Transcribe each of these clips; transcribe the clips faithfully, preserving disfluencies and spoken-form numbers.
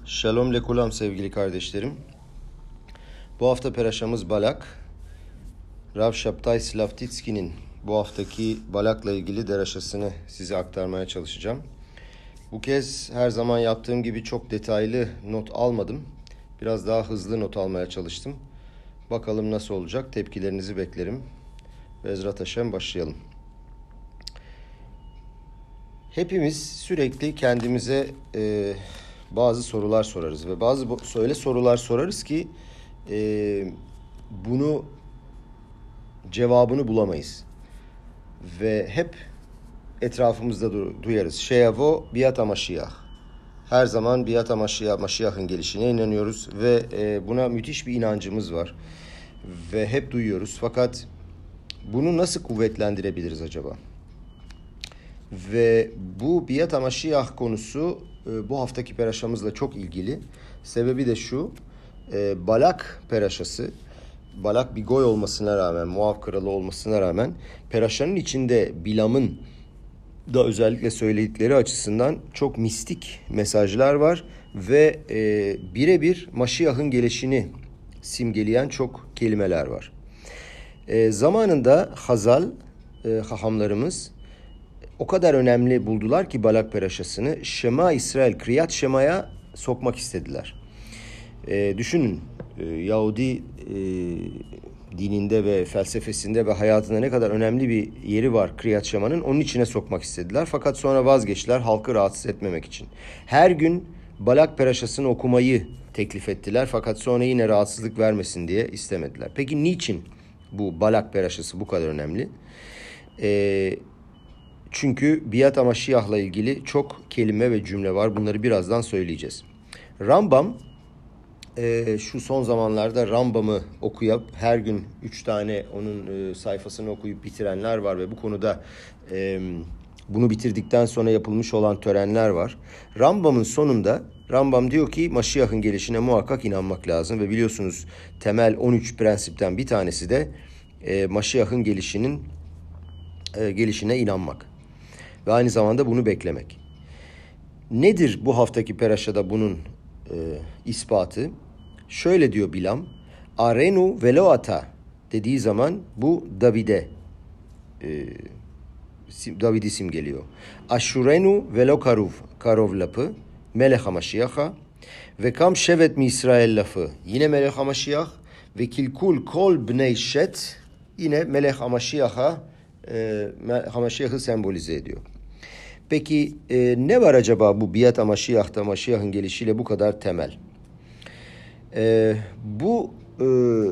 Shalom lekulam sevgili kardeşlerim. Bu hafta peraşamız Balak. Rav Shabtai Slavtitski'nin bu haftaki Balak'la ilgili deraşasını size aktarmaya çalışacağım. Bu kez her zaman yaptığım gibi çok detaylı not almadım. Biraz daha hızlı not almaya çalıştım. Bakalım nasıl olacak? Tepkilerinizi beklerim. Bezrat Hashem başlayalım. Hepimiz sürekli kendimize e, bazı sorular sorarız ve bazı öyle sorular sorarız ki e, bunu cevabını bulamayız ve hep etrafımızda du- duyarız. Şeyavo biat Maşiyah. Her zaman biat Maşiyah, Maşiyah'ın gelişine inanıyoruz ve e, buna müthiş bir inancımız var ve hep duyuyoruz. Fakat bunu nasıl kuvvetlendirebiliriz acaba? Ve bu biat Maşiyah konusu e, bu haftaki peraşamızla çok ilgili. Sebebi de şu, e, Balak peraşası, Balak bir goy olmasına rağmen, Moav kralı olmasına rağmen, peraşanın içinde Bilam'ın da özellikle söyledikleri açısından çok mistik mesajlar var ve e, birebir Maşiyah'ın gelişini simgeleyen çok kelimeler var. E, zamanında Hazal, e, hahamlarımız o kadar önemli buldular ki Balak peraşasını Şema İsrail, Kriyat Şema'ya sokmak istediler. E, düşünün e, Yahudi e, dininde ve felsefesinde ve hayatında ne kadar önemli bir yeri var Kriyat Şema'nın, onun içine sokmak istediler. Fakat sonra vazgeçtiler halkı rahatsız etmemek için. Her gün Balak peraşasını okumayı teklif ettiler fakat sonra yine rahatsızlık vermesin diye istemediler. Peki niçin bu Balak peraşası bu kadar önemli? Eee Çünkü Biat Maşiyah'la ilgili çok kelime ve cümle var. Bunları birazdan söyleyeceğiz. Rambam, e, şu son zamanlarda Rambam'ı okuyup her gün üç tane onun e, sayfasını okuyup bitirenler var ve bu konuda e, bunu bitirdikten sonra yapılmış olan törenler var. Rambam'ın sonunda Rambam diyor ki Maşiyah'ın gelişine muhakkak inanmak lazım ve biliyorsunuz temel on üç prensipten bir tanesi de e, Maşiyah'ın gelişinin e, gelişine inanmak. Ve aynı zamanda bunu beklemek. Nedir bu haftaki peraşada bunun e, ispatı? Şöyle diyor Bilam. Arenu velo ata dediği zaman bu David'e e, David'i simgeliyor. Aşurenu velo karuv karov lafı Melech HaMashiach'a ve kam şevet mi İsrail lafı yine Melech HaMashiach ve kilkul kol bnei shet yine Melech HaMashiach'a e, HaMashiach'ı sembolize ediyor. Peki e, ne var acaba bu Biat Maşiyah'ta Maşiyah'ın gelişiyle bu kadar temel? E, bu e,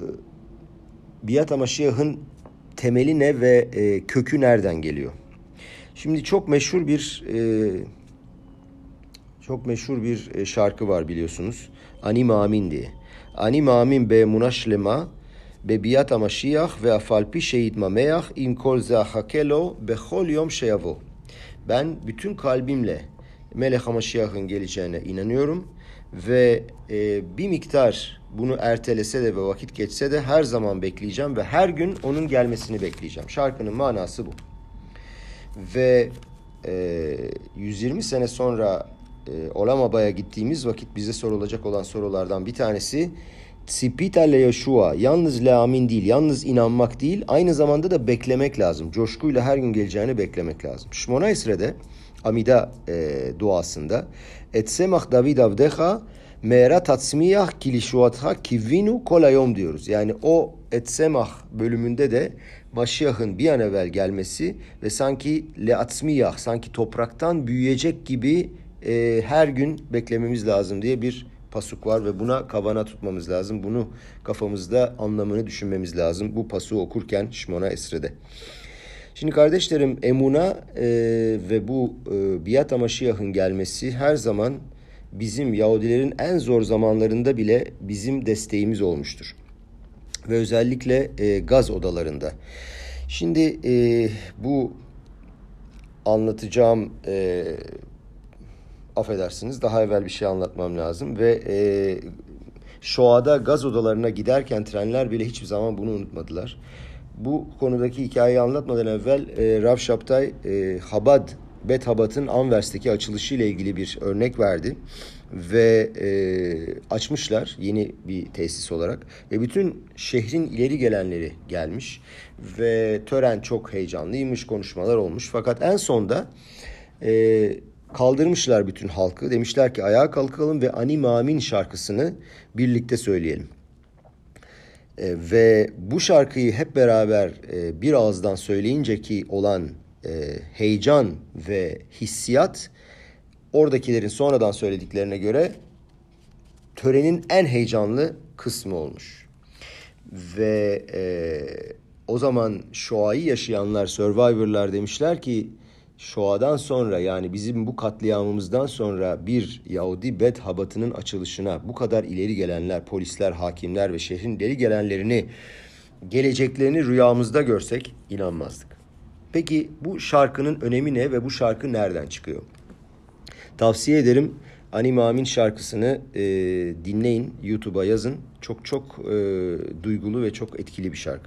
Biat Maşiyah'ın temeli ne ve e, kökü nereden geliyor? Şimdi çok meşhur bir e, çok meşhur bir şarkı var biliyorsunuz. Ani Mamin diye. Ani Mamin be munaşlema be Biat Maşiyah ve afalpi şehit mameyah im kol zahakelo bechol yom sheyavo. Ben bütün kalbimle Melech HaMashiach'ın geleceğine inanıyorum ve e, bir miktar bunu ertelese de ve vakit geçse de her zaman bekleyeceğim ve her gün onun gelmesini bekleyeceğim. Şarkının manası bu. Ve e, yüz yirmi sene sonra e, Olam Aba'ya gittiğimiz vakit bize sorulacak olan sorulardan bir tanesi Tsipita le Yeshua, yalnız le amin değil, yalnız inanmak değil, aynı zamanda da beklemek lazım. Coşkuyla her gün geleceğini beklemek lazım. Şmona Esre'de, Amida e, duasında, Etsemach David avdecha, meera tatsmiyah kilişuatha kivinu kolayom diyoruz. Yani o Etsemach bölümünde de Maşiyah'ın bir an evvel gelmesi ve sanki le atsmiyah, sanki topraktan büyüyecek gibi e, her gün beklememiz lazım diye bir pasuk var ve buna kavana tutmamız lazım. Bunu kafamızda anlamını düşünmemiz lazım. Bu pasuğu okurken Şmona Esre'de. Şimdi kardeşlerim emuna e, ve bu e, Biat Maşiyah'ın gelmesi her zaman bizim Yahudilerin en zor zamanlarında bile bizim desteğimiz olmuştur. Ve özellikle e, gaz odalarında. Şimdi e, bu anlatacağım e, affedersiniz daha evvel bir şey anlatmam lazım ve e, Şoa'da gaz odalarına giderken trenler bile hiçbir zaman bunu unutmadılar. Bu konudaki hikayeyi anlatmadan evvel e, Rav Shabtai e, Habad Bet Habat'ın Anvers'teki açılışıyla ilgili bir örnek verdi ve e, açmışlar yeni bir tesis olarak ve bütün şehrin ileri gelenleri gelmiş ve tören çok heyecanlıymış, konuşmalar olmuş. Fakat en sonda e, kaldırmışlar bütün halkı, demişler ki ayağa kalkalım ve Ani Mamin şarkısını birlikte söyleyelim. E, ve bu şarkıyı hep beraber e, bir ağızdan söyleyince ki olan e, heyecan ve hissiyat, oradakilerin sonradan söylediklerine göre törenin en heyecanlı kısmı olmuş. Ve e, o zaman Shoah'yı yaşayanlar, Survivor'lar demişler ki Shoah'dan sonra, yani bizim bu katliamımızdan sonra bir Yahudi Bet Habatı'nın açılışına bu kadar ileri gelenler, polisler, hakimler ve şehrin ileri gelenlerini, geleceklerini rüyamızda görsek inanmazdık. Peki bu şarkının önemi ne ve bu şarkı nereden çıkıyor? Tavsiye ederim, Ani Mamin şarkısını e, dinleyin, YouTube'a yazın. Çok çok e, duygulu ve çok etkili bir şarkı.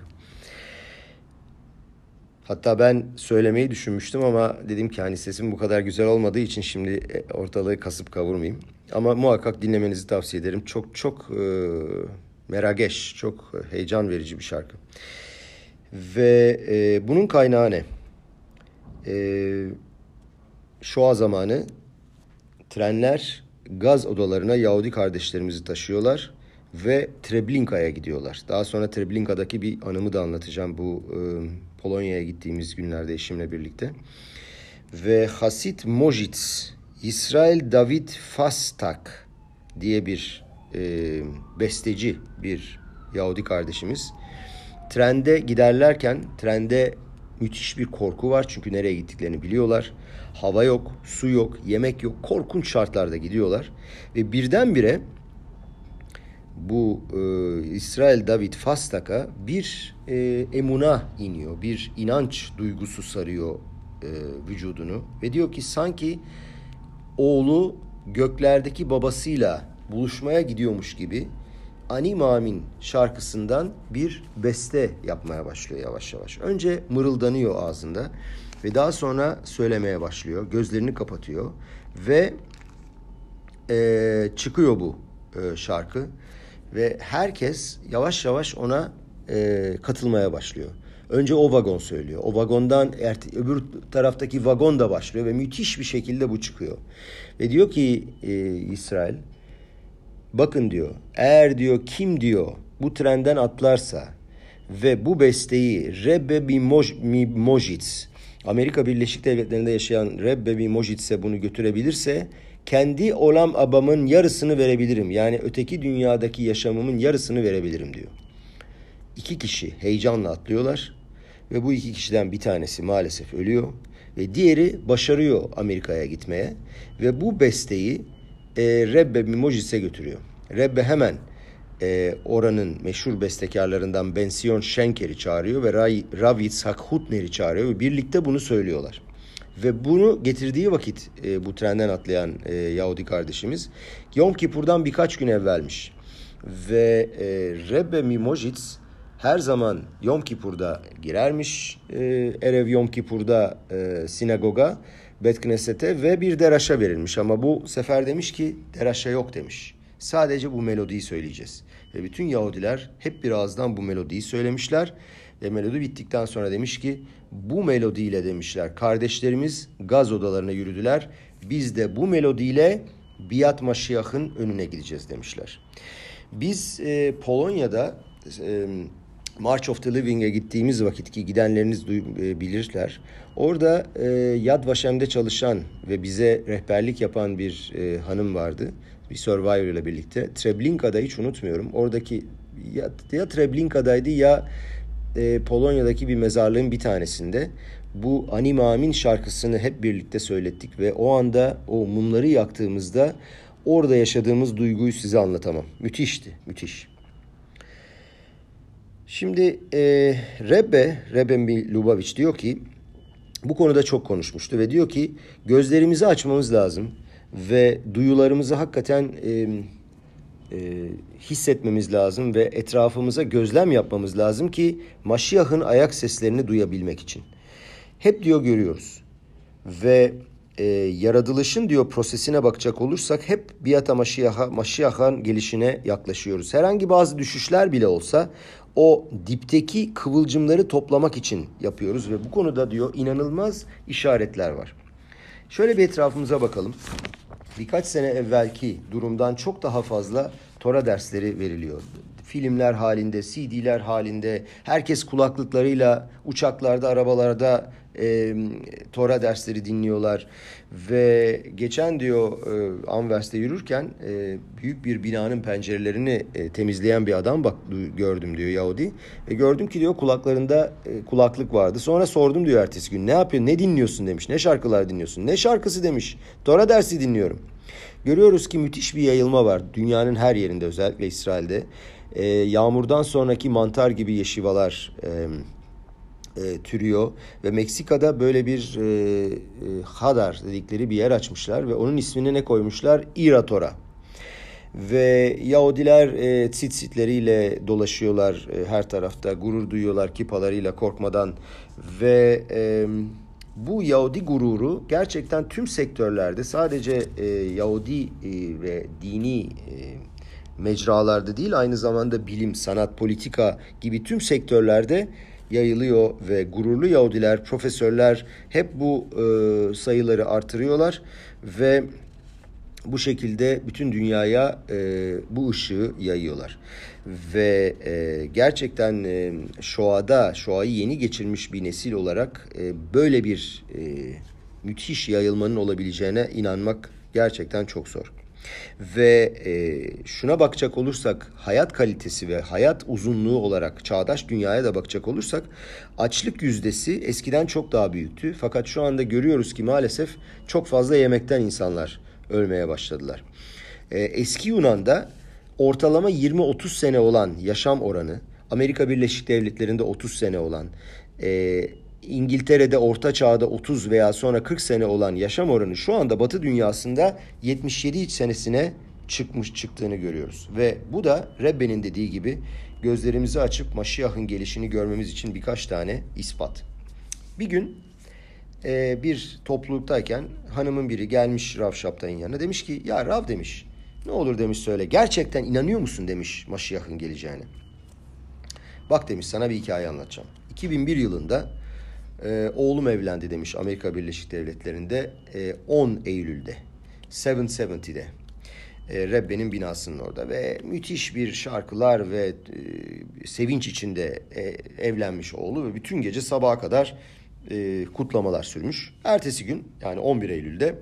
Hatta ben söylemeyi düşünmüştüm ama dedim ki hani sesim bu kadar güzel olmadığı için şimdi ortalığı kasıp kavurmayayım. Ama muhakkak dinlemenizi tavsiye ederim. Çok çok e, merageş, çok heyecan verici bir şarkı. Ve e, bunun kaynağı ne? E, Shoah zamanı trenler gaz odalarına Yahudi kardeşlerimizi taşıyorlar ve Treblinka'ya gidiyorlar. Daha sonra Treblinka'daki bir anımı da anlatacağım bu e, Polonya'ya gittiğimiz günlerde eşimle birlikte. Ve Hasit Mojits, İsrail David Fastak diye bir e, besteci, bir Yahudi kardeşimiz. Trende giderlerken, trende müthiş bir korku var çünkü nereye gittiklerini biliyorlar. Hava yok, su yok, yemek yok, korkunç şartlarda gidiyorlar. Ve birdenbire bu e, İsrail David Fastak'a bir e, emuna iniyor, bir inanç duygusu sarıyor e, vücudunu. Ve diyor ki sanki oğlu göklerdeki babasıyla buluşmaya gidiyormuş gibi Ani Mamin şarkısından bir beste yapmaya başlıyor yavaş yavaş. Önce mırıldanıyor ağzında ve daha sonra söylemeye başlıyor. Gözlerini kapatıyor ve e, çıkıyor bu e, şarkı. Ve herkes yavaş yavaş ona e, katılmaya başlıyor. Önce o vagon söylüyor. O vagondan ert- öbür taraftaki vagon da başlıyor ve müthiş bir şekilde bu çıkıyor. Ve diyor ki e, İsrail, bakın diyor, eğer diyor kim diyor bu trenden atlarsa ve bu besteyi Rebbe Mimojits, Amerika Birleşik Devletleri'nde yaşayan Rebbe Mimojits'e bunu götürebilirse kendi olam abamın yarısını verebilirim. Yani öteki dünyadaki yaşamımın yarısını verebilirim diyor. İki kişi heyecanla atlıyorlar ve bu iki kişiden bir tanesi maalesef ölüyor ve diğeri başarıyor Amerika'ya gitmeye ve bu besteyi e, Rebbe Mimojits'e götürüyor. Rebbe hemen e, oranın meşhur bestekarlarından Benzion Schenker'i çağırıyor ve Rav Yitzhak Hutner'i çağırıyor ve birlikte bunu söylüyorlar. Ve bunu getirdiği vakit e, bu trenden atlayan e, Yahudi kardeşimiz Yom Kippur'dan birkaç gün evvelmiş. Ve e, Rebbe Mimojits her zaman Yom Kippur'da girermiş. E, Erev Yom Kippur'da e, sinagoga, Bet Knesset'e ve bir deraşa verilmiş. Ama bu sefer demiş ki deraşa yok demiş. Sadece bu melodiyi söyleyeceğiz. Ve bütün Yahudiler hep bir ağızdan bu melodiyi söylemişler. Ve melodi bittikten sonra demiş ki bu melodiyle demişler kardeşlerimiz gaz odalarına yürüdüler. Biz de bu melodiyle Biat Maşiyah'ın önüne gideceğiz demişler. Biz e, Polonya'da e, March of the Living'e gittiğimiz vakit ki gidenleriniz duy, e, bilirler. Orada e, Yad Vaşem'de çalışan ve bize rehberlik yapan bir e, hanım vardı. Bir Survivor ile birlikte. Treblinka'da hiç unutmuyorum. Oradaki ya, ya Treblinka'daydı ya e, Polonya'daki bir mezarlığın bir tanesinde. Bu Ani Mamin şarkısını hep birlikte söylettik ve o anda o mumları yaktığımızda orada yaşadığımız duyguyu size anlatamam. Müthişti, müthiş. Şimdi e, Rebbe, Rebbe Lubavitch diyor ki bu konuda çok konuşmuştu ve diyor ki gözlerimizi açmamız lazım ve duyularımızı hakikaten e, e, hissetmemiz lazım ve etrafımıza gözlem yapmamız lazım ki Maşiyah'ın ayak seslerini duyabilmek için. Hep diyor görüyoruz ve e, yaratılışın diyor prosesine bakacak olursak hep Biyata Maşiyah'a, Maşiyah'ın gelişine yaklaşıyoruz. Herhangi bazı düşüşler bile olsa o dipteki kıvılcımları toplamak için yapıyoruz ve bu konuda diyor inanılmaz işaretler var. Şöyle bir etrafımıza bakalım. Birkaç sene evvelki durumdan çok daha fazla Tora dersleri veriliyor. Filmler halinde, C D'ler halinde, herkes kulaklıklarıyla uçaklarda, arabalarda e, Tora dersleri dinliyorlar. Ve geçen diyor e, Anvers'te yürürken e, büyük bir binanın pencerelerini e, temizleyen bir adam bak gördüm diyor Yahudi. Ve gördüm ki diyor kulaklarında e, kulaklık vardı. Sonra sordum diyor ertesi gün, ne yapıyorsun, ne dinliyorsun demiş. Ne şarkılar dinliyorsun? Ne şarkısı demiş. Tora dersi dinliyorum. Görüyoruz ki müthiş bir yayılma var. Dünyanın her yerinde, özellikle İsrail'de. E, yağmurdan sonraki mantar gibi yeşivalar e, e, türüyor. Ve Meksika'da böyle bir e, e, Hadar dedikleri bir yer açmışlar. Ve onun ismini ne koymuşlar? İra Tora. Ve Yahudiler e, tsitsitleriyle dolaşıyorlar e, her tarafta. Gurur duyuyorlar kipalarıyla korkmadan. Ve E, bu Yahudi gururu gerçekten tüm sektörlerde, sadece e, Yahudi e, ve dini e, mecralarda değil, aynı zamanda bilim, sanat, politika gibi tüm sektörlerde yayılıyor ve gururlu Yahudiler, profesörler hep bu e, sayıları artırıyorlar ve bu şekilde bütün dünyaya e, bu ışığı yayıyorlar. Ve e, gerçekten e, Shoah'da, Shoah'yı yeni geçirmiş bir nesil olarak e, böyle bir e, müthiş yayılmanın olabileceğine inanmak gerçekten çok zor. Ve e, şuna bakacak olursak, hayat kalitesi ve hayat uzunluğu olarak çağdaş dünyaya da bakacak olursak, açlık yüzdesi eskiden çok daha büyüktü. Fakat şu anda görüyoruz ki maalesef çok fazla yemekten insanlar ölmeye başladılar. Ee, eski Yunan'da ortalama yirmi otuz sene olan yaşam oranı, Amerika Birleşik Devletleri'nde otuz sene olan, e, İngiltere'de Orta Çağ'da otuz veya sonra kırk sene olan yaşam oranı şu anda Batı dünyasında yetmiş yedi senesine çıkmış çıktığını görüyoruz. Ve bu da Rebbe'nin dediği gibi gözlerimizi açıp Maşiyah'ın gelişini görmemiz için birkaç tane ispat. Bir gün Ee, bir topluluktayken hanımın biri gelmiş Rav Şaptay'ın yanına, demiş ki ya Rav demiş, ne olur demiş söyle, gerçekten inanıyor musun demiş Maşiyah'ın geleceğine. Bak demiş, sana bir hikaye anlatacağım. iki bin bir yılında e, oğlum evlendi demiş Amerika Birleşik Devletleri'nde e, on Eylül'de yedi yetmişte e, Rebbe'nin binasının orada ve müthiş bir şarkılar ve e, sevinç içinde e, evlenmiş oğlu ve bütün gece sabaha kadar E, kutlamalar sürmüş. Ertesi gün yani on bir Eylül'de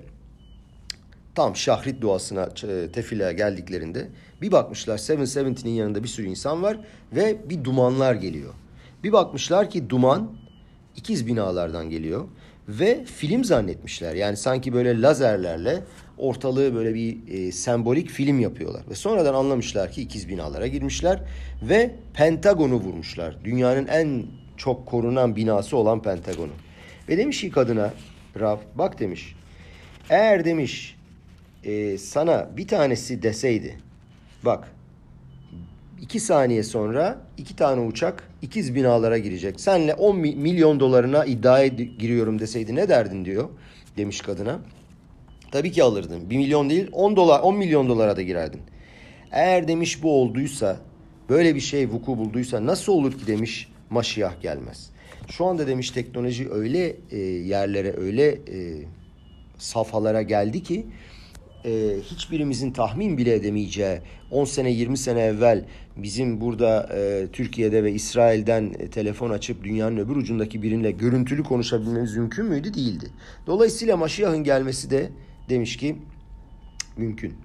tam şahrit duasına e, tefileye geldiklerinde bir bakmışlar yedi yetmişin yanında bir sürü insan var ve bir dumanlar geliyor. Bir bakmışlar ki duman ikiz binalardan geliyor ve film zannetmişler. Yani sanki böyle lazerlerle ortalığı böyle bir e, sembolik film yapıyorlar. Ve sonradan anlamışlar ki ikiz binalara girmişler ve Pentagon'u vurmuşlar. Dünyanın en çok korunan binası olan Pentagon'u. Ve demiş ki kadına Rav, bak demiş, eğer demiş e, sana bir tanesi deseydi, bak iki saniye sonra iki tane uçak ikiz binalara girecek, senle on milyon dolarına iddiaya giriyorum deseydi ne derdin diyor demiş kadına. Tabii ki alırdın. Bir milyon değil on dolar, on milyon dolara da girerdin. Eğer demiş bu olduysa, böyle bir şey vuku bulduysa nasıl olur ki demiş Maşiyah gelmez. Şu anda demiş teknoloji öyle e, yerlere, öyle e, safhalara geldi ki e, hiçbirimizin tahmin bile edemeyeceği, on sene yirmi sene evvel bizim burada e, Türkiye'de ve İsrail'den e, telefon açıp dünyanın öbür ucundaki biriyle görüntülü konuşabilmemiz mümkün müydü? Değildi. Dolayısıyla Maşiyah'ın gelmesi de demiş ki mümkün.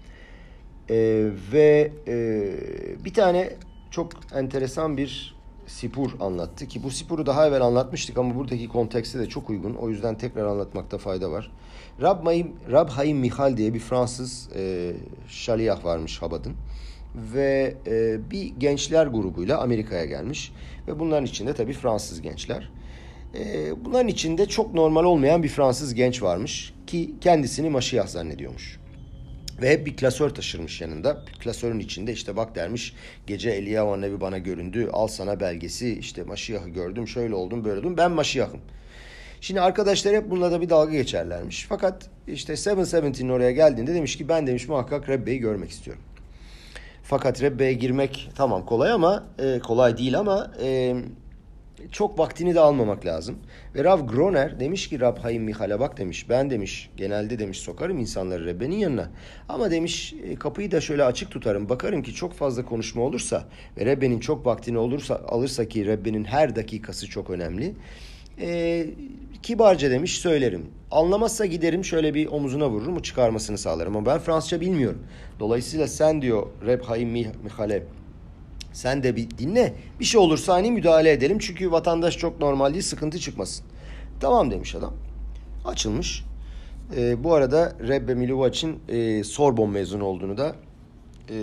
E, ve e, bir tane çok enteresan bir sipur anlattı ki bu sipuru daha evvel anlatmıştık ama buradaki kontekste de çok uygun. O yüzden tekrar anlatmakta fayda var. Rab, Mayim, Rab Haim Michal diye bir Fransız e, şaliyah varmış Habad'ın. Ve e, bir gençler grubuyla Amerika'ya gelmiş. Ve bunların içinde tabii Fransız gençler. E, bunların içinde çok normal olmayan bir Fransız genç varmış ki kendisini Maşiyah zannediyormuş. Ve hep bir klasör taşırmış yanında. Klasörün içinde işte bak dermiş, gece Eliyahu Nebi bana göründü, al sana belgesi, işte Maşiyah'ı gördüm, şöyle oldum böyle oldum, ben Maşiyah'ım. Şimdi arkadaşlar hep bununla da bir dalga geçerlermiş. Fakat işte yedi yüz yetmişin oraya geldiğinde demiş ki ben demiş muhakkak Rebbe'yi görmek istiyorum. Fakat Rebbe'ye girmek tamam kolay ama e, kolay değil ama e, çok vaktini de almamak lazım. Ve Rav Groner demiş ki Rab Haim Michal'e bak demiş. Ben demiş genelde demiş sokarım insanları Rebbe'nin yanına. Ama demiş kapıyı da şöyle açık tutarım. Bakarım ki çok fazla konuşma olursa ve Rebbe'nin çok vaktini olursa alırsa ki Rebbe'nin her dakikası çok önemli. Ee, kibarca demiş söylerim. Anlamazsa giderim şöyle bir omuzuna vururum, çıkarmasını sağlarım. Ama ben Fransızca bilmiyorum. Dolayısıyla sen diyor Reb Haim Michal'e sen de bir dinle. Bir şey olursa hani müdahale edelim. Çünkü vatandaş çok normal değil, sıkıntı çıkmasın. Tamam demiş adam. Açılmış. Ee, bu arada Rebbe Milovaç'ın e, Sorbonne mezunu olduğunu da e,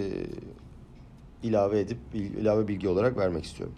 ilave edip ilave bilgi olarak vermek istiyorum.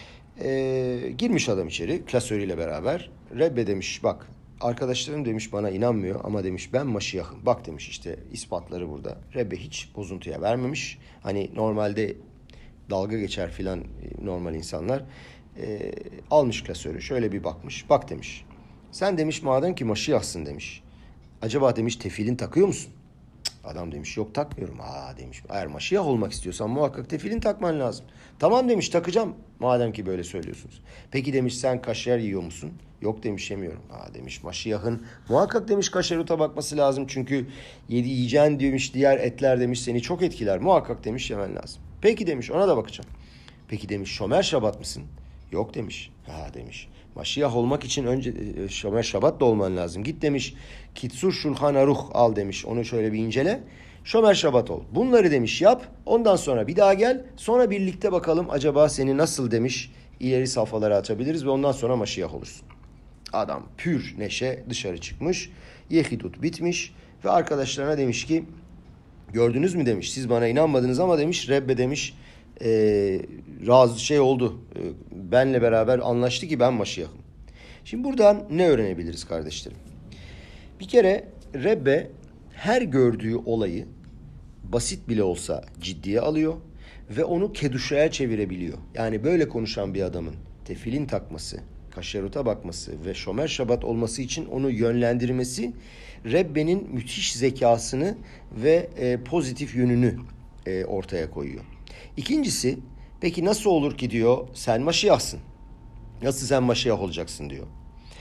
Ee, girmiş adam içeri klasörüyle beraber. Rebbe demiş bak arkadaşlarım demiş bana inanmıyor ama demiş ben Maşiyah'ım. Bak demiş işte ispatları burada. Rebbe hiç bozuntuya vermemiş. Hani normalde dalga geçer filan normal insanlar. E, almış klasörü şöyle bir bakmış. Bak demiş. Sen demiş madem ki Maşiyah'sın demiş. Acaba demiş tefilin takıyor musun? Cık, adam demiş yok takmıyorum. Aa demiş eğer Maşiyah olmak istiyorsan muhakkak tefilin takman lazım. Tamam demiş takacağım madem ki böyle söylüyorsunuz. Peki demiş sen kaşer yiyor musun? Yok demiş yemiyorum. Aa demiş Maşiyah'ın muhakkak demiş kaşeruta bakması lazım. Çünkü yedi yiyeceğin demiş diğer etler demiş seni çok etkiler. Muhakkak demiş yemen lazım. Peki demiş ona da bakacağım. Peki demiş şomer şabat mısın? Yok demiş. Ha demiş. Maşiyah olmak için önce e, şomer şabat da olman lazım. Git demiş Kitsur Şulhan Aruh al demiş. Onu şöyle bir incele. Şomer şabat ol. Bunları demiş yap. Ondan sonra bir daha gel. Sonra birlikte bakalım acaba seni nasıl demiş ileri safhalara atabiliriz ve ondan sonra Maşiyah olursun. Adam pür neşe dışarı çıkmış. Yehidut bitmiş ve arkadaşlarına demiş ki gördünüz mü demiş siz bana inanmadınız ama demiş Rebbe demiş e, razı şey oldu. E, benle beraber anlaştı ki ben Maşiyah'ım. Şimdi buradan ne öğrenebiliriz kardeşlerim? Bir kere Rebbe her gördüğü olayı basit bile olsa ciddiye alıyor ve onu keduşaya çevirebiliyor. Yani böyle konuşan bir adamın tefilin takması, kaşeruta bakması ve şomer şabat olması için onu yönlendirmesi Rebbe'nin müthiş zekasını ve e, pozitif yönünü e, ortaya koyuyor. İkincisi, peki nasıl olur ki diyor sen Maşiyah'sın. Nasıl sen Maşiyah olacaksın diyor.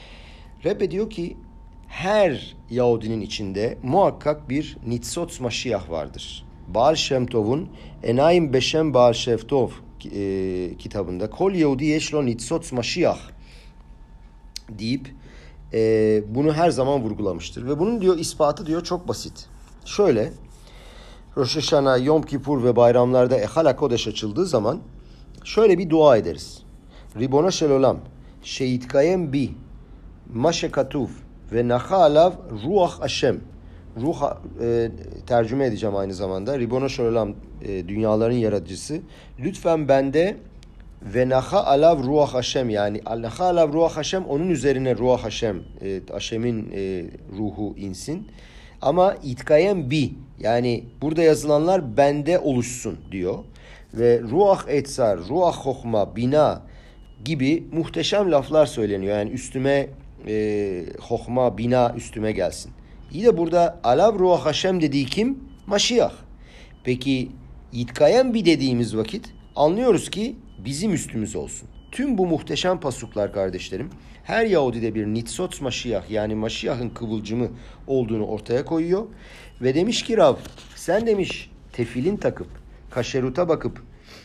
Rebbe diyor ki her Yahudinin içinde muhakkak bir Nitzot Maşiyah vardır. Baal Shem Tov'un Enayim Beşem Baal Shem Tov e, kitabında Kol Yehudi Yeşlo Nitzot Maşiyah deyip e, bunu her zaman vurgulamıştır. Ve bunun diyor ispatı diyor çok basit. Şöyle Rosh Hashanah, Yom Kippur ve bayramlarda Ehal HaKodesh açıldığı zaman şöyle bir dua ederiz. Ribono Shel Olam Sheyitkayem bi Ma Shekatuv ve Nacha Alav Ruach Hashem. Ruh e, tercüme edeceğim aynı zamanda. Ribono Shel Olam e, dünyaların yaratıcısı. Lütfen bende ve Nacha Alav Ruach Hashem yani Nacha Alav Ruach Hashem onun üzerine Ruach Hashem e, Hashem'in e, ruhu insin. Ama itkayem bi yani burada yazılanlar bende oluşsun diyor. Ve ruah etsar, ruah hokma, bina gibi muhteşem laflar söyleniyor. Yani üstüme e, hokma, bina üstüme gelsin. İyi de burada alav ruah Hashem dediği kim? Maşiyah. Peki itkayem bi dediğimiz vakit anlıyoruz ki bizim üstümüz olsun. Tüm bu muhteşem pasuklar kardeşlerim her Yahudi'de bir Nitzot Maşiyah yani Maşiyah'ın kıvılcımı olduğunu ortaya koyuyor. Ve demiş ki Rav sen demiş tefilin takıp kaşeruta bakıp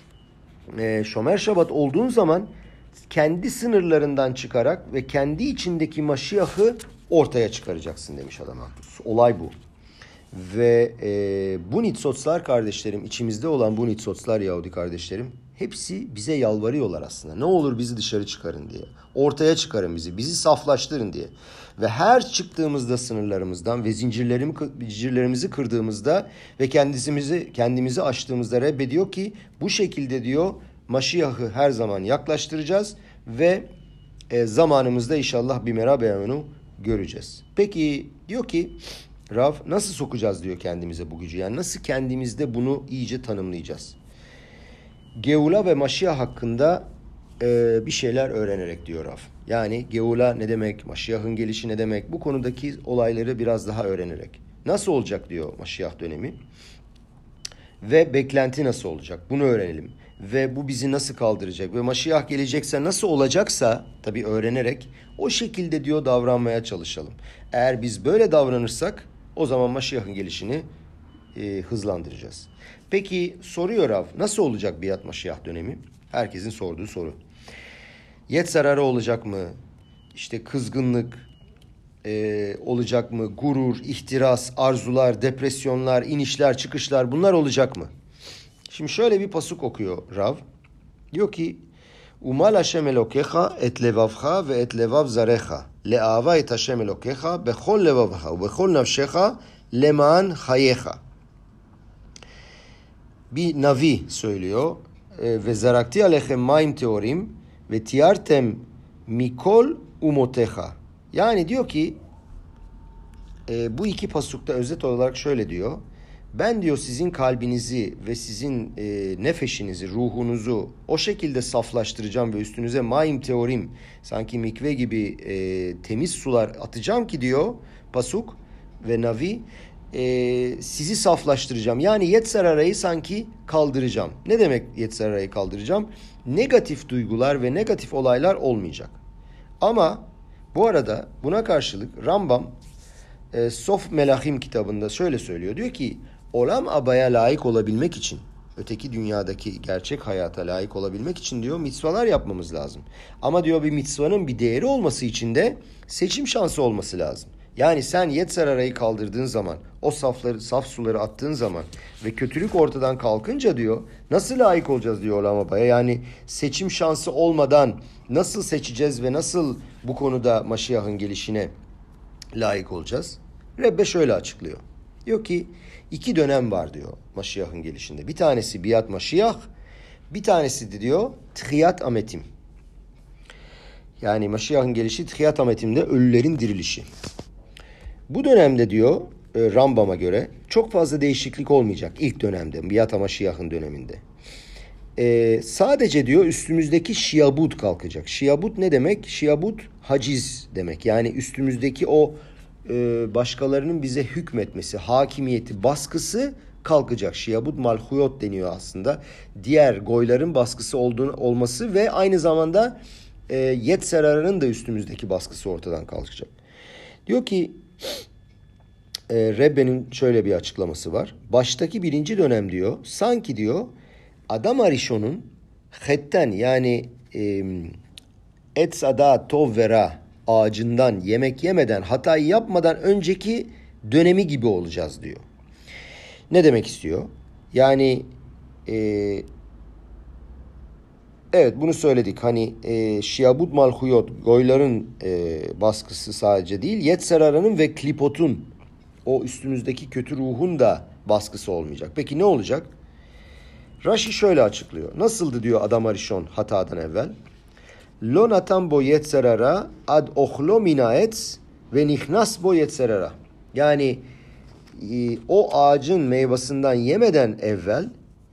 e, şomer şabat olduğun zaman kendi sınırlarından çıkarak ve kendi içindeki Maşiyah'ı ortaya çıkaracaksın demiş adam. Olay bu. Ve e, bu nitsotlar kardeşlerim içimizde olan bu nitsotlar Yahudi kardeşlerim hepsi bize yalvarıyorlar aslında. Ne olur bizi dışarı çıkarın diye. Ortaya çıkarın bizi. Bizi saflaştırın diye. Ve her çıktığımızda sınırlarımızdan ve zincirlerimi, zincirlerimizi kırdığımızda ve kendimizi, kendimizi aştığımızda Rebbe diyor ki bu şekilde diyor Maşiyah'ı her zaman yaklaştıracağız ve e, zamanımızda inşallah bir merabeyanu göreceğiz. Peki diyor ki Rav nasıl sokacağız diyor kendimize bu gücü. Yani nasıl kendimizde bunu iyice tanımlayacağız. Geula ve Maşiyah hakkında e, bir şeyler öğrenerek diyor Rav. Yani Geula ne demek, Maşiyah'ın gelişi ne demek, bu konudaki olayları biraz daha öğrenerek. Nasıl olacak diyor Maşiyah dönemi. Ve beklenti nasıl olacak? Bunu öğrenelim. Ve bu bizi nasıl kaldıracak? Ve Maşiyah gelecekse nasıl olacaksa tabii öğrenerek o şekilde diyor davranmaya çalışalım. Eğer biz böyle davranırsak o zaman Maşiyah'ın gelişini e, hızlandıracağız. Peki soruyor Rav, nasıl olacak biat Maşiyah dönemi? Herkesin sorduğu soru. Yet zararı olacak mı? İşte kızgınlık e, olacak mı? Gurur, ihtiras, arzular, depresyonlar, inişler, çıkışlar bunlar olacak mı? Şimdi şöyle bir pasuk okuyor Rav. Diyor ki Umal Hashem Elokecha et levavcha ve et levav zarecha le'ava et Hashem Elokecha bechol levavcha ve bechol nafshecha leman hayecha. Bir Navi söylüyor. Ve zarakti alechem maim teorim ve tiyartem mikol umotecha. Yani diyor ki e, bu iki pasukta özet olarak şöyle diyor. Ben diyor sizin kalbinizi ve sizin e, nefeşinizi, ruhunuzu o şekilde saflaştıracağım ve üstünüze maim teorim, sanki mikve gibi e, temiz sular atacağım ki diyor pasuk ve Navi, e, sizi saflaştıracağım. Yani Yetzirara'yı sanki kaldıracağım. Ne demek Yetzirara'yı kaldıracağım? Negatif duygular ve negatif olaylar olmayacak. Ama bu arada buna karşılık Rambam e, Sof Melahim kitabında şöyle söylüyor. Diyor ki Olam Abaya layık olabilmek için, öteki dünyadaki gerçek hayata layık olabilmek için diyor mitzvalar yapmamız lazım. Ama diyor bir mitzvanın bir değeri olması için de seçim şansı olması lazım. Yani sen Yetzirara'yı kaldırdığın zaman, o safları, saf suları attığın zaman ve kötülük ortadan kalkınca diyor nasıl layık olacağız diyor Olam Abaya. Yani seçim şansı olmadan nasıl seçeceğiz ve nasıl bu konuda Maşiyah'ın gelişine layık olacağız? Rebbe şöyle açıklıyor. Diyor ki iki dönem var diyor Maşiyah'ın gelişinde. Bir tanesi biat Maşiyah, bir tanesi de diyor Tchiyat Ametim. Yani Maşiyah'ın gelişi Tchiyat Ametim'de ölülerin dirilişi. Bu dönemde diyor Rambam'a göre çok fazla değişiklik olmayacak ilk dönemde, biat Maşiyah'ın döneminde. Ee, sadece diyor üstümüzdeki şiabut kalkacak. Şiabut ne demek? Şiabut haciz demek. Yani üstümüzdeki o e, başkalarının bize hükmetmesi, hakimiyeti, baskısı kalkacak. Şiabut malhuyot deniyor aslında. Diğer goyların baskısı olduğunu, olması ve aynı zamanda e, Yetzirara'nın da üstümüzdeki baskısı ortadan kalkacak. Diyor ki e, Rebbe'nin şöyle bir açıklaması var. Baştaki birinci dönem diyor sanki diyor Adam Arishon'un hetten yani e, Etz Ada Tov Vera ağacından yemek yemeden, hatayı yapmadan önceki dönemi gibi olacağız diyor. Ne demek istiyor? Yani e, evet bunu söyledik. Hani e, Şiabut Malhuyot, goyların e, baskısı sadece değil, Yetzirara'nın ve Klipot'un, o üstümüzdeki kötü ruhun da baskısı olmayacak. Peki ne olacak? Rashi şöyle açıklıyor. Nasıldı diyor Adam Arishon hatadan evvel? Lo natan bo yetzerara ad ochlo minaetz ve nihnas bo yetzerara. Yani e, o ağacın meyvasından yemeden evvel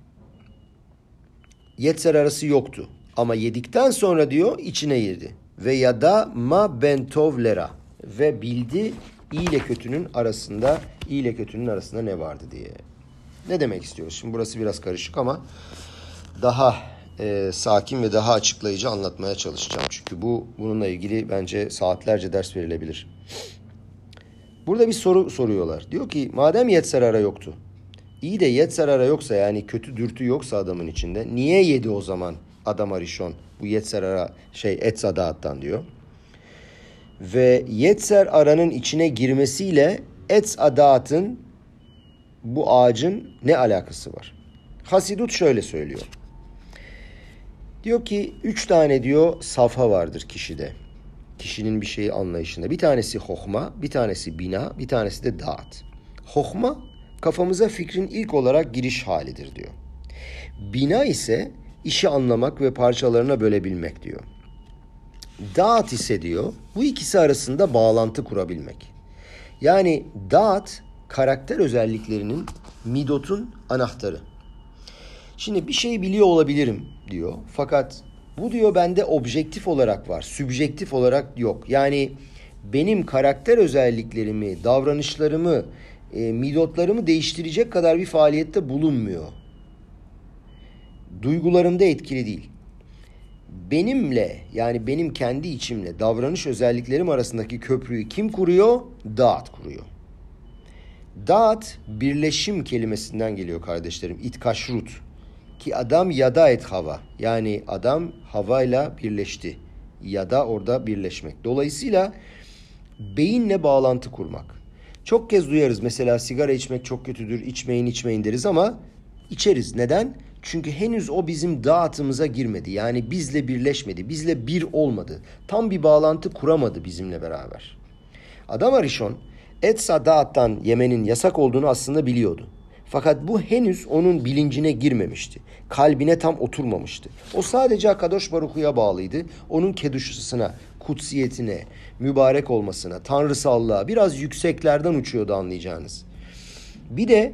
yetzerarası yoktu. Ama yedikten sonra diyor içine girdi. Ve ya da ma ben tovlera. Ve bildi iyi ile kötünün arasında, iyi ile kötünün arasında ne vardı diye. Ne demek istiyoruz? Şimdi burası biraz karışık ama daha e, sakin ve daha açıklayıcı anlatmaya çalışacağım. Çünkü bu bununla ilgili bence saatlerce ders verilebilir. Burada bir soru soruyorlar. Diyor ki madem Yetzirara yoktu. İyi de Yetzirara yoksa, yani kötü dürtü yoksa adamın içinde, niye yedi o zaman Adam Arishon bu Yetzirara şey Etz Adaat'tan diyor. Ve Yetzirara'nın içine girmesiyle Etz Adaat'ın, bu ağacın ne alakası var? Hasidut şöyle söylüyor. Diyor ki üç tane diyor safha vardır kişide. Kişinin bir şeyi anlayışında. Bir tanesi hohma, bir tanesi bina, bir tanesi de dağıt. Hohma kafamıza fikrin ilk olarak giriş halidir diyor. Bina ise işi anlamak ve parçalarına bölebilmek diyor. Dağıt ise diyor bu ikisi arasında bağlantı kurabilmek. Yani dağıt karakter özelliklerinin, midotun anahtarı. Şimdi bir şey biliyor olabilirim diyor. Fakat Bu diyor bende objektif olarak var, sübjektif olarak yok. Yani benim karakter özelliklerimi, davranışlarımı, e, midotlarımı değiştirecek kadar bir faaliyette bulunmuyor. Duygularımda etkili değil. Benimle, yani benim kendi içimle davranış özelliklerim arasındaki köprüyü kim kuruyor? Dağıt kuruyor. Dağıt birleşim kelimesinden geliyor kardeşlerim. İtkaşrut. Ki adam yada et hava. Yani adam havayla birleşti. Ya da orada birleşmek. Dolayısıyla beyinle bağlantı kurmak. Çok kez duyarız mesela sigara içmek çok kötüdür, içmeyin içmeyin deriz ama içeriz. Neden? Çünkü henüz o bizim dağıtımıza girmedi. Yani bizle birleşmedi, bizle bir olmadı. Tam bir bağlantı kuramadı bizimle beraber. Adam Arishon, et sadaattan yemenin yasak olduğunu aslında biliyordu. Fakat bu henüz onun bilincine girmemişti. Kalbine tam oturmamıştı. O sadece Akadosh Baruch bağlıydı. Onun keduşusuna, kutsiyetine, mübarek olmasına, tanrısallığa biraz yükseklerden uçuyordu anlayacağınız. Bir de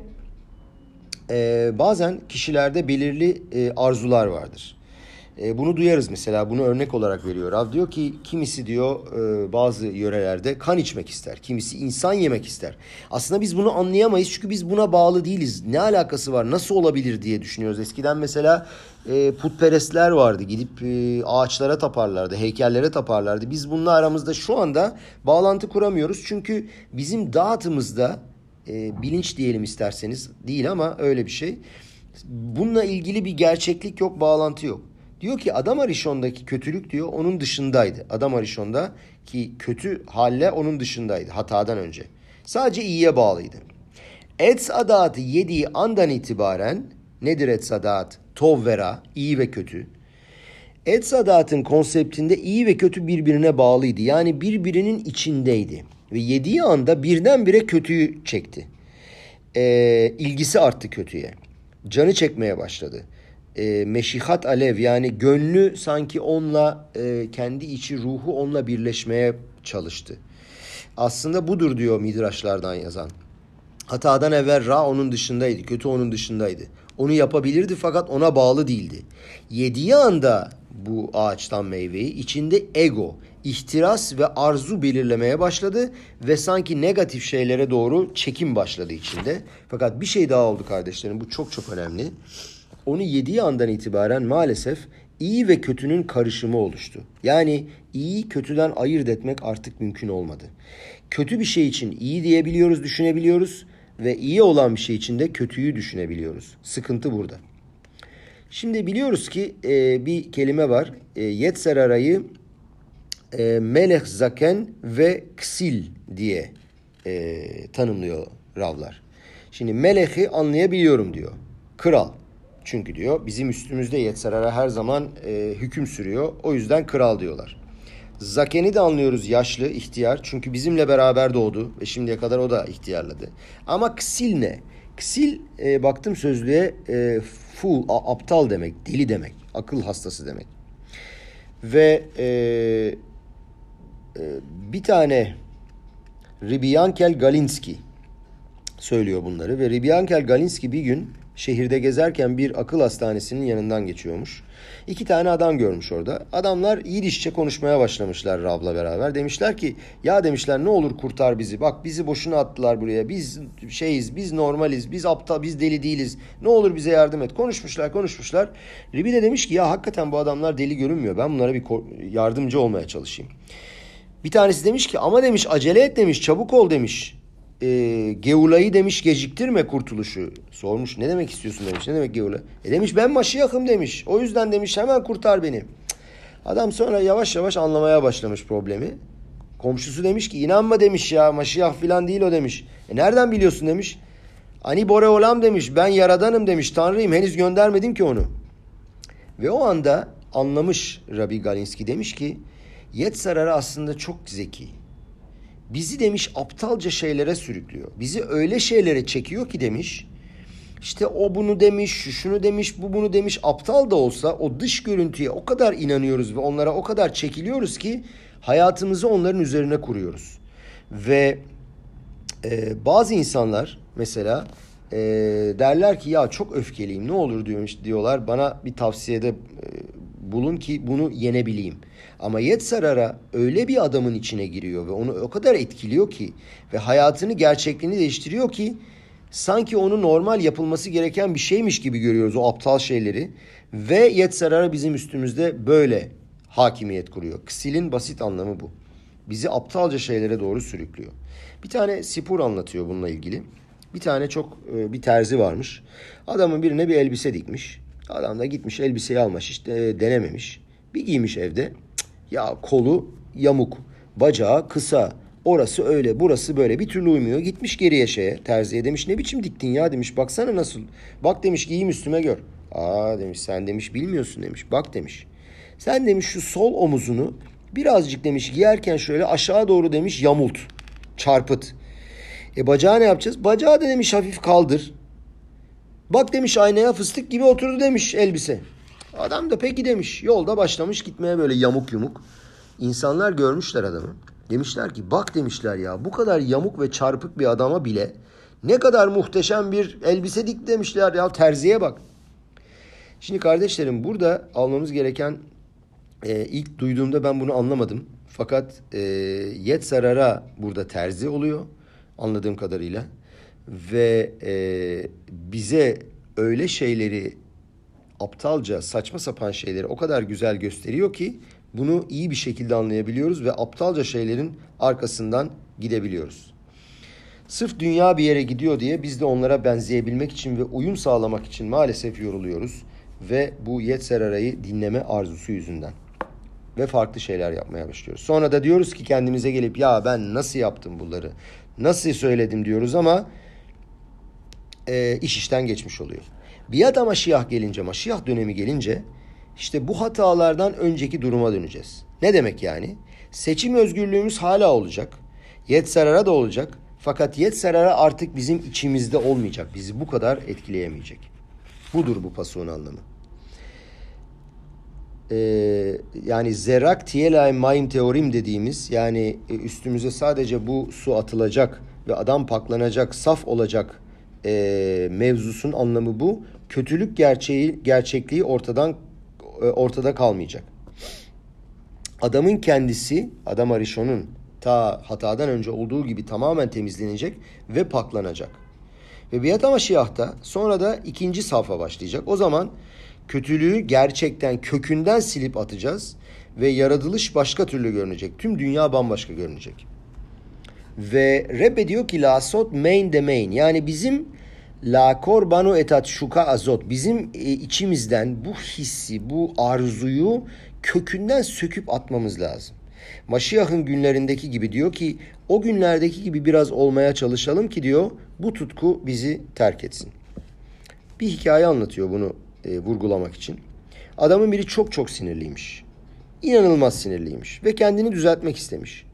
e, bazen kişilerde belirli e, arzular vardır. E, bunu duyarız mesela, bunu örnek olarak veriyor. Rav diyor ki kimisi diyor e, bazı yörelerde kan içmek ister. Kimisi insan yemek ister. Aslında biz bunu anlayamayız çünkü biz buna bağlı değiliz. Ne alakası var, nasıl olabilir diye düşünüyoruz. Eskiden mesela e, putperestler vardı. Gidip e, ağaçlara taparlardı, heykellere taparlardı. Biz bununla aramızda şu anda bağlantı kuramıyoruz. Çünkü bizim dağıtımızda e, bilinç diyelim isterseniz, değil ama öyle bir şey. Bununla ilgili bir gerçeklik yok, bağlantı yok. Diyor ki Adam Arishon'daki kötülük diyor onun dışındaydı. Adam Arishon'da ki kötü halle onun dışındaydı hatadan önce. Sadece iyiye bağlıydı. Etz adatı yediği andan itibaren nedir etz adat? Tov vera, iyi ve kötü. Etz adatın konseptinde iyi ve kötü birbirine bağlıydı. Yani birbirinin içindeydi. Ve yediği anda birdenbire kötüyü çekti. Ee, ilgisi arttı kötüye. Canı çekmeye başladı. E, meşihat alev, yani gönlü sanki onunla e, kendi içi ruhu onunla birleşmeye çalıştı. Aslında budur diyor Midraşlardan yazan. Hatadan evvel Ra onun dışındaydı, kötü onun dışındaydı. Onu yapabilirdi fakat ona bağlı değildi. Yediği anda bu ağaçtan meyveyi içinde ego, ihtiras ve arzu belirlemeye başladı ve sanki negatif şeylere doğru çekim başladı içinde. Fakat bir şey daha oldu kardeşlerim, bu çok çok önemli. Onu yediği andan itibaren maalesef iyi ve kötünün karışımı oluştu. Yani iyi kötüden ayırt etmek artık mümkün olmadı. Kötü bir şey için iyi diyebiliyoruz, düşünebiliyoruz ve iyi olan bir şey için de kötüyü düşünebiliyoruz. Sıkıntı burada. Şimdi biliyoruz ki e, bir kelime var. E, Yetzer arayı e, melech zaken ve ksil diye e, tanımlıyor Ravlar. Şimdi melehi anlayabiliyorum diyor. Kral. Çünkü diyor bizim üstümüzde Yetzerara her zaman e, hüküm sürüyor. O yüzden kral diyorlar. Zaken'i de anlıyoruz, yaşlı, ihtiyar. Çünkü bizimle beraber doğdu ve şimdiye kadar o da ihtiyarladı. Ama ksil ne? Ksil e, baktım sözlüğe e, fool, a, aptal demek, deli demek, akıl hastası demek. Ve e, e, bir tane Rabbi Yankel Galinski söylüyor bunları. Ve Rabbi Yankel Galinski bir gün şehirde gezerken bir akıl hastanesinin yanından geçiyormuş. İki tane adam görmüş orada. Adamlar Yidişçe konuşmaya başlamışlar Rav'la beraber. Demişler ki ya demişler ne olur kurtar bizi. Bak bizi boşuna attılar buraya. Biz şeyiz, biz normaliz, biz aptal, biz deli değiliz. Ne olur bize yardım et. Konuşmuşlar, konuşmuşlar. Rabbi de demiş ki ya hakikaten bu adamlar deli görünmüyor. Ben bunlara bir yardımcı olmaya çalışayım. Bir tanesi demiş ki ama demiş acele et demiş, çabuk ol demiş. E, Geula'yı demiş geciktirme kurtuluşu. Sormuş ne demek istiyorsun demiş. Ne demek Geula? E demiş ben Maşiyah'ım demiş. O yüzden demiş hemen kurtar beni. Cık. Adam sonra yavaş yavaş anlamaya başlamış problemi. Komşusu demiş ki inanma demiş ya Maşiyah falan değil o demiş. E nereden biliyorsun demiş. Ani Bore Olam demiş, ben yaradanım demiş, Tanrıyım, henüz göndermedim ki onu. Ve o anda anlamış Rabbi Galinski, demiş ki Yetzerara aslında çok zeki. Bizi demiş aptalca şeylere sürüklüyor. Bizi öyle şeylere çekiyor ki demiş, işte o bunu demiş, şu şunu demiş, bu bunu demiş, aptal da olsa o dış görüntüye o kadar inanıyoruz ve onlara o kadar çekiliyoruz ki hayatımızı onların üzerine kuruyoruz. Ve e, bazı insanlar mesela e, derler ki ya çok öfkeliyim, ne olur diyormuş, diyorlar bana bir tavsiyede e, bulun ki bunu yenebileyim. Ama Yetzirah öyle bir adamın içine giriyor ve onu o kadar etkiliyor ki ve hayatını, gerçekliğini değiştiriyor ki sanki onu normal yapılması gereken bir şeymiş gibi görüyoruz o aptal şeyleri. Ve Yetzirah bizim üstümüzde böyle hakimiyet kuruyor. Ksil'in basit anlamı bu. Bizi aptalca şeylere doğru sürüklüyor. Bir tane Sipur anlatıyor bununla ilgili. Bir tane çok bir terzi varmış. Adamın birine bir elbise dikmiş. Adam da gitmiş elbiseyi almış, işte denememiş. Bir giymiş evde. Ya kolu yamuk, bacağı kısa. Orası öyle, burası böyle. Bir türlü uymuyor. Gitmiş geriye şeye, terziye demiş ne biçim diktin ya demiş. Baksana nasıl. Bak demiş giyeyim üstüme gör. Aa demiş sen demiş bilmiyorsun demiş. Bak demiş. Sen demiş şu sol omuzunu birazcık demiş giyerken şöyle aşağı doğru demiş yamult. Çarpıt. E bacağı ne yapacağız? Bacağı da demiş hafif kaldır. Bak demiş aynaya fıstık gibi oturdu demiş elbise. Adam da peki demiş. Yolda başlamış gitmeye böyle yamuk yumuk. İnsanlar görmüşler adamı. Demişler ki bak demişler ya bu kadar yamuk ve çarpık bir adama bile ne kadar muhteşem bir elbise dik demişler ya terziye bak. Şimdi kardeşlerim burada almamız gereken e, ilk duyduğumda ben bunu anlamadım. Fakat e, Yetzirah burada terzi oluyor anladığım kadarıyla. Ve e, bize öyle şeyleri aptalca saçma sapan şeyleri o kadar güzel gösteriyor ki bunu iyi bir şekilde anlayabiliyoruz ve aptalca şeylerin arkasından gidebiliyoruz. Sırf dünya bir yere gidiyor diye biz de onlara benzeyebilmek için ve uyum sağlamak için maalesef yoruluyoruz. Ve bu Yetzirah'ı dinleme arzusu yüzünden. Ve farklı şeyler yapmaya başlıyoruz. Sonra da diyoruz ki kendimize gelip ya ben nasıl yaptım bunları, nasıl söyledim diyoruz ama e, iş işten geçmiş oluyor. Biat Maşiyah gelince, Maşiyah dönemi gelince işte bu hatalardan önceki duruma döneceğiz. Ne demek yani? Seçim özgürlüğümüz hala olacak. Yetzirah da olacak. Fakat Yetzirah artık bizim içimizde olmayacak. Bizi bu kadar etkileyemeyecek. Budur bu pasuğun anlamı. Ee, yani zerak tiyelay mayim teorim dediğimiz yani üstümüze sadece bu su atılacak ve adam paklanacak, saf olacak e, mevzusun anlamı bu. Kötülük gerçeği, gerçekliği ortadan e, ortada kalmayacak. Adamın kendisi, Adam Arishon'un ta hatadan önce olduğu gibi tamamen temizlenecek ve paklanacak. Ve Biat Maşiyah'ta sonra da ikinci safha başlayacak. O zaman kötülüğü gerçekten kökünden silip atacağız ve yaratılış başka türlü görünecek. Tüm dünya bambaşka görünecek. Ve Rebbe diyor ki lasot main de main yani bizim la korbanu etat şuka azot bizim içimizden bu hissi, bu arzuyu kökünden söküp atmamız lazım. Maşiyah'ın günlerindeki gibi diyor ki o günlerdeki gibi biraz olmaya çalışalım ki diyor bu tutku bizi terk etsin. Bir hikaye anlatıyor bunu e, vurgulamak için. Adamın biri çok çok sinirliymiş. İnanılmaz sinirliymiş ve kendini düzeltmek istemiş.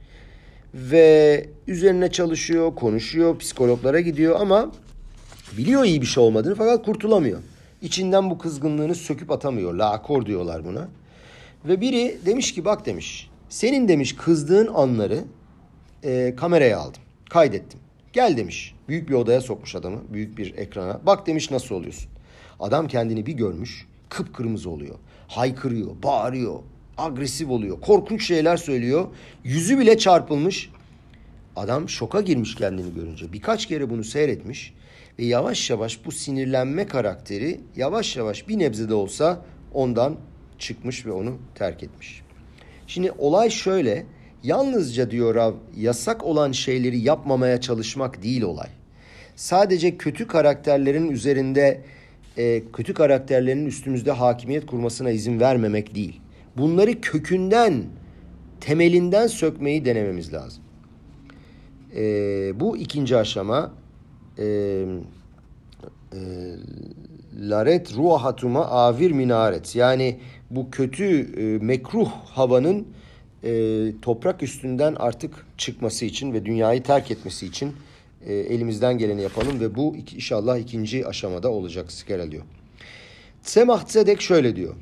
Ve üzerine çalışıyor, konuşuyor, psikologlara gidiyor ama biliyor iyi bir şey olmadığını fakat kurtulamıyor. İçinden bu kızgınlığını söküp atamıyor. Lakor diyorlar buna. Ve biri demiş ki bak demiş senin demiş kızdığın anları e, kameraya aldım. Kaydettim. Gel demiş. Büyük bir odaya sokmuş adamı. Büyük bir ekrana. Bak demiş nasıl oluyorsun. Adam kendini bir görmüş. Kıpkırmızı oluyor. Haykırıyor. Bağırıyor. Agresif oluyor. Korkunç şeyler söylüyor. Yüzü bile çarpılmış. Adam şoka girmiş kendini görünce. Birkaç kere bunu seyretmiş. Ve yavaş yavaş bu sinirlenme karakteri yavaş yavaş bir nebze de olsa ondan çıkmış ve onu terk etmiş. Şimdi olay şöyle. Yalnızca diyor Rav yasak olan şeyleri yapmamaya çalışmak değil olay. Sadece kötü karakterlerin üzerinde e, kötü karakterlerin üstümüzde hakimiyet kurmasına izin vermemek değil. Bunları kökünden, temelinden sökmeyi denememiz lazım. E, bu ikinci aşama e, e, laret ruhatuma avir minaret yani bu kötü e, mekruh havanın e, toprak üstünden artık çıkması için ve dünyayı terk etmesi için e, elimizden geleni yapalım ve bu inşallah ikinci aşamada olacak. Sikera diyor. Tzemach Tzedek şöyle diyor.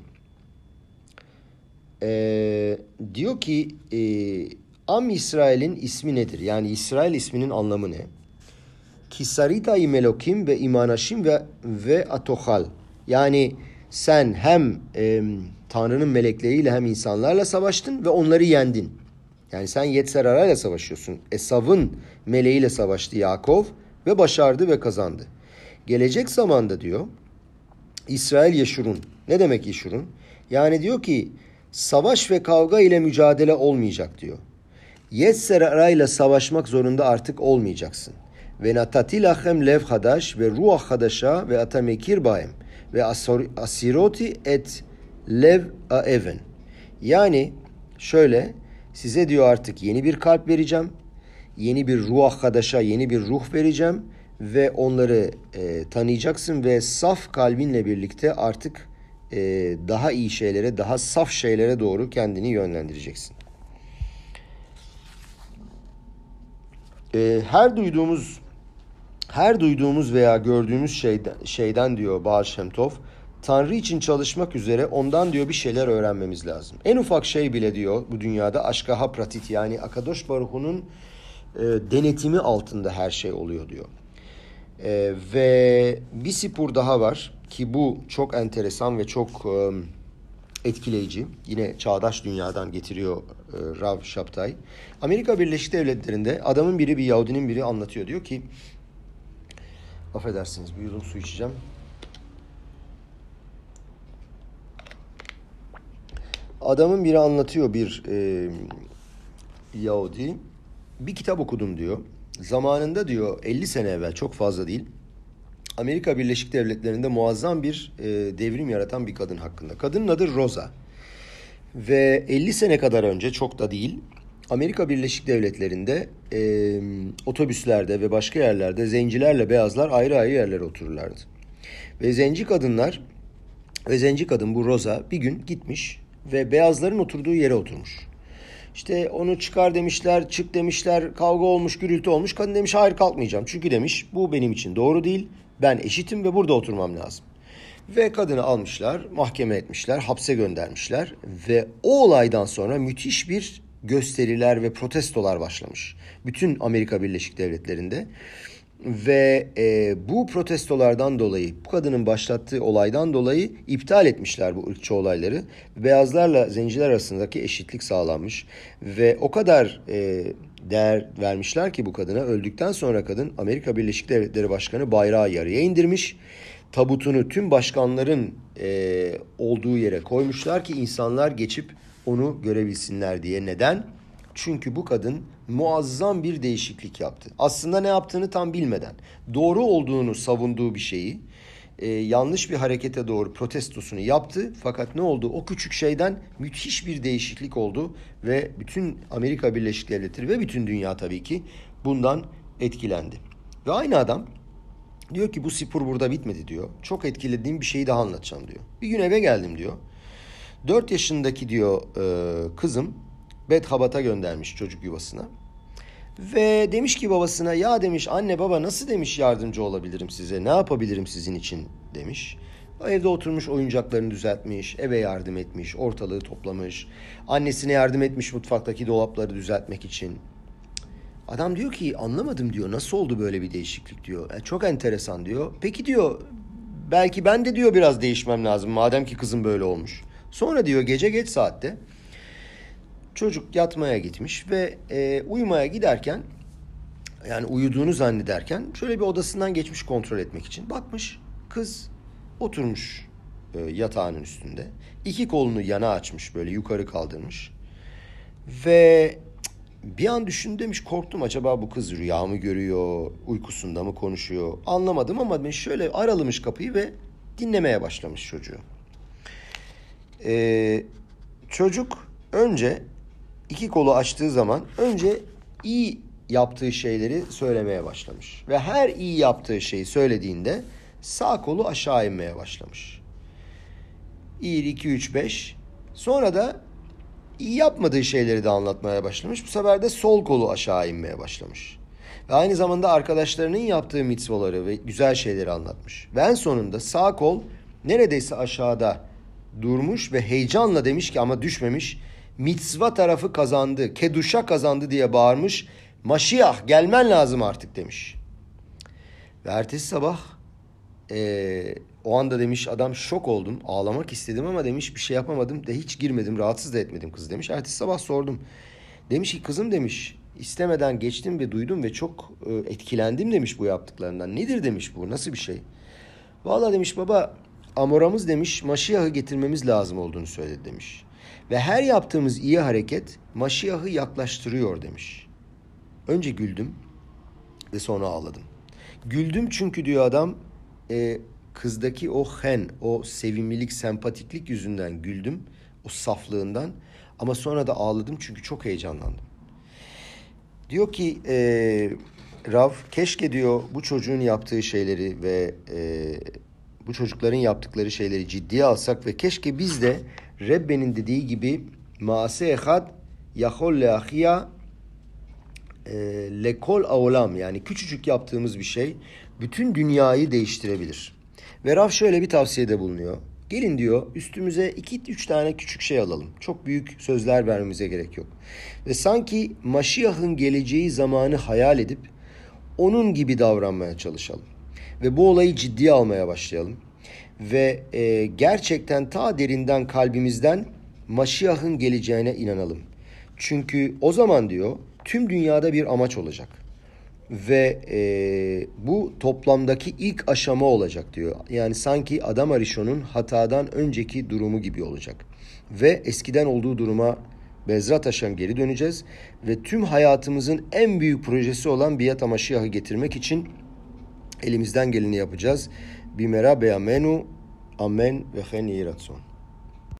E, diyor ki e, Am İsrail'in ismi nedir? Yani İsrail isminin anlamı ne? Kisarita imelokim ve imanaşim ve ve atohal. Yani sen hem e, Tanrı'nın melekleriyle hem insanlarla savaştın ve onları yendin. Yani sen Yetserara'yla savaşıyorsun. Esav'ın meleğiyle savaştı Yakov ve başardı ve kazandı. Gelecek zamanda diyor İsrail Yeşurun. Ne demek Yeşurun? Yani diyor ki savaş ve kavga ile mücadele olmayacak diyor. Yetserara'yla savaşmak zorunda artık olmayacaksın. Ve natati lachem lev hadash ve ruach hadasha ve atamekir bahem ve asiroti et lev aeven. Yani şöyle size diyor artık yeni bir kalp vereceğim. Yeni bir ruach hadaşa, yeni bir ruh vereceğim. Ve onları e, tanıyacaksın ve saf kalbinle birlikte artık e, daha iyi şeylere, daha saf şeylere doğru kendini yönlendireceksin. E, her duyduğumuz her duyduğumuz veya gördüğümüz şeyden, şeyden diyor Baal Shem Tov, Tanrı için çalışmak üzere ondan diyor bir şeyler öğrenmemiz lazım. En ufak şey bile diyor bu dünyada aşka hapratit yani Akadosh Baruch Hu'nun e, denetimi altında her şey oluyor diyor. Ee, ve bir sipur daha var ki bu çok enteresan ve çok e, etkileyici. Yine çağdaş dünyadan getiriyor e, Rav Shabtai. Amerika Birleşik Devletleri'nde adamın biri bir Yahudinin biri anlatıyor. Diyor ki affedersiniz bir yudum su içeceğim. Adamın biri anlatıyor bir e, Yahudi. Bir kitap okudum diyor. Zamanında diyor elli sene evvel çok fazla değil. Amerika Birleşik Devletleri'nde muazzam bir e, devrim yaratan bir kadın hakkında. Kadının adı Rosa. Ve elli sene kadar önce çok da değil. Amerika Birleşik Devletleri'nde e, otobüslerde ve başka yerlerde zencilerle beyazlar ayrı ayrı yerlere otururlardı. Ve zenci kadınlar ve zenci kadın bu Rosa bir gün gitmiş ve beyazların oturduğu yere oturmuş. İşte onu çıkar demişler, çık demişler, kavga olmuş, gürültü olmuş. Kadın demiş hayır kalkmayacağım. Çünkü demiş bu benim için doğru değil. Ben eşitim ve burada oturmam lazım. Ve kadını almışlar, mahkeme etmişler, hapse göndermişler. Ve o olaydan sonra müthiş bir gösteriler ve protestolar başlamış. Bütün Amerika Birleşik Devletleri'nde. Ve e, bu protestolardan dolayı, bu kadının başlattığı olaydan dolayı iptal etmişler bu ırkçı olayları. Beyazlarla zenciler arasındaki eşitlik sağlanmış. Ve o kadar e, değer vermişler ki bu kadına öldükten sonra kadın Amerika Birleşik Devletleri Başkanı bayrağı yarıya indirmiş. Tabutunu tüm başkanların e, olduğu yere koymuşlar ki insanlar geçip onu görebilsinler diye. Neden? Çünkü bu kadın muazzam bir değişiklik yaptı. Aslında ne yaptığını tam bilmeden, doğru olduğunu savunduğu bir şeyi, e, yanlış bir harekete doğru protestosunu yaptı. Fakat ne oldu? O küçük şeyden müthiş bir değişiklik oldu ve bütün Amerika Birleşik Devletleri ve bütün dünya tabii ki bundan etkilendi. Ve aynı adam diyor ki bu spor burada bitmedi diyor. Çok etkilediğim bir şeyi daha anlatacağım diyor. Bir gün eve geldim diyor. dört yaşındaki diyor e, kızım Bet Habat'a göndermiş çocuk yuvasına. Ve demiş ki babasına ya demiş anne baba nasıl demiş yardımcı olabilirim size? Ne yapabilirim sizin için demiş. O evde oturmuş oyuncaklarını düzeltmiş, eve yardım etmiş, ortalığı toplamış. Annesine yardım etmiş mutfaktaki dolapları düzeltmek için. Adam diyor ki anlamadım diyor nasıl oldu böyle bir değişiklik diyor. E, çok enteresan diyor. Peki diyor belki ben de diyor biraz değişmem lazım madem ki kızım böyle olmuş. Sonra diyor gece geç saatte çocuk yatmaya gitmiş ve e, uyumaya giderken yani uyuduğunu zannederken şöyle bir odasından geçmiş kontrol etmek için. Bakmış kız oturmuş e, yatağının üstünde. İki kolunu yana açmış böyle yukarı kaldırmış. Ve bir an düşündü demiş korktum acaba bu kız rüya mı görüyor, uykusunda mı konuşuyor anlamadım ama ben şöyle aralamış kapıyı ve dinlemeye başlamış çocuğu. E, çocuk önce İki kolu açtığı zaman önce iyi yaptığı şeyleri söylemeye başlamış. Ve her iyi yaptığı şeyi söylediğinde sağ kolu aşağı inmeye başlamış. bir, iki, üç, beş. Sonra da iyi yapmadığı şeyleri de anlatmaya başlamış. Bu sefer de sol kolu aşağı inmeye başlamış. Ve aynı zamanda arkadaşlarının yaptığı mitzvaları ve güzel şeyleri anlatmış. Ve en sonunda sağ kol neredeyse aşağıda durmuş ve heyecanla demiş ki ama düşmemiş. Mitzva tarafı kazandı, keduşa kazandı diye bağırmış. Maşiyah gelmen lazım artık demiş. Ve ertesi sabah e, O anda demiş adam şok oldum. Ağlamak istedim ama demiş bir şey yapamadım. De hiç girmedim, rahatsız da etmedim kız demiş. Ertesi sabah sordum. Demiş ki kızım demiş istemeden geçtim ve duydum ve çok e, etkilendim demiş bu yaptıklarından. Nedir demiş bu, nasıl bir şey? Vallahi demiş baba Amoramız demiş Maşiyah'ı getirmemiz lazım olduğunu söyledi demiş. Ve her yaptığımız iyi hareket Maşiyah'ı yaklaştırıyor demiş. Önce güldüm ve sonra ağladım. Güldüm çünkü diyor adam e, kızdaki o hen, o sevimlilik, sempatiklik yüzünden güldüm. O saflığından. Ama sonra da ağladım çünkü çok heyecanlandım. Diyor ki e, Rav keşke diyor bu çocuğun yaptığı şeyleri ve e, bu çocukların yaptıkları şeyleri ciddiye alsak ve keşke biz de Rebbe'nin dediği gibi maase ehad yahol leahiya lekol aolam, yani küçücük yaptığımız bir şey bütün dünyayı değiştirebilir. Ve Rav şöyle bir tavsiyede bulunuyor. Gelin diyor üstümüze iki üç tane küçük şey alalım. Çok büyük sözler vermemize gerek yok. Ve sanki Maşiyah'ın geleceği zamanı hayal edip onun gibi davranmaya çalışalım. Ve bu olayı ciddiye almaya başlayalım. Ve e, gerçekten ta derinden kalbimizden Maşiyah'ın geleceğine inanalım. Çünkü o zaman diyor tüm dünyada bir amaç olacak. Ve e, bu toplamdaki ilk aşama olacak diyor. Yani sanki Adam Arishon'un hatadan önceki durumu gibi olacak. Ve eskiden olduğu duruma Bezrat Haşem geri döneceğiz. Ve tüm hayatımızın en büyük projesi olan Biyat HaMashiach'ı getirmek için elimizden geleni yapacağız. Bimera beyamenu amen ve chen yiratzon.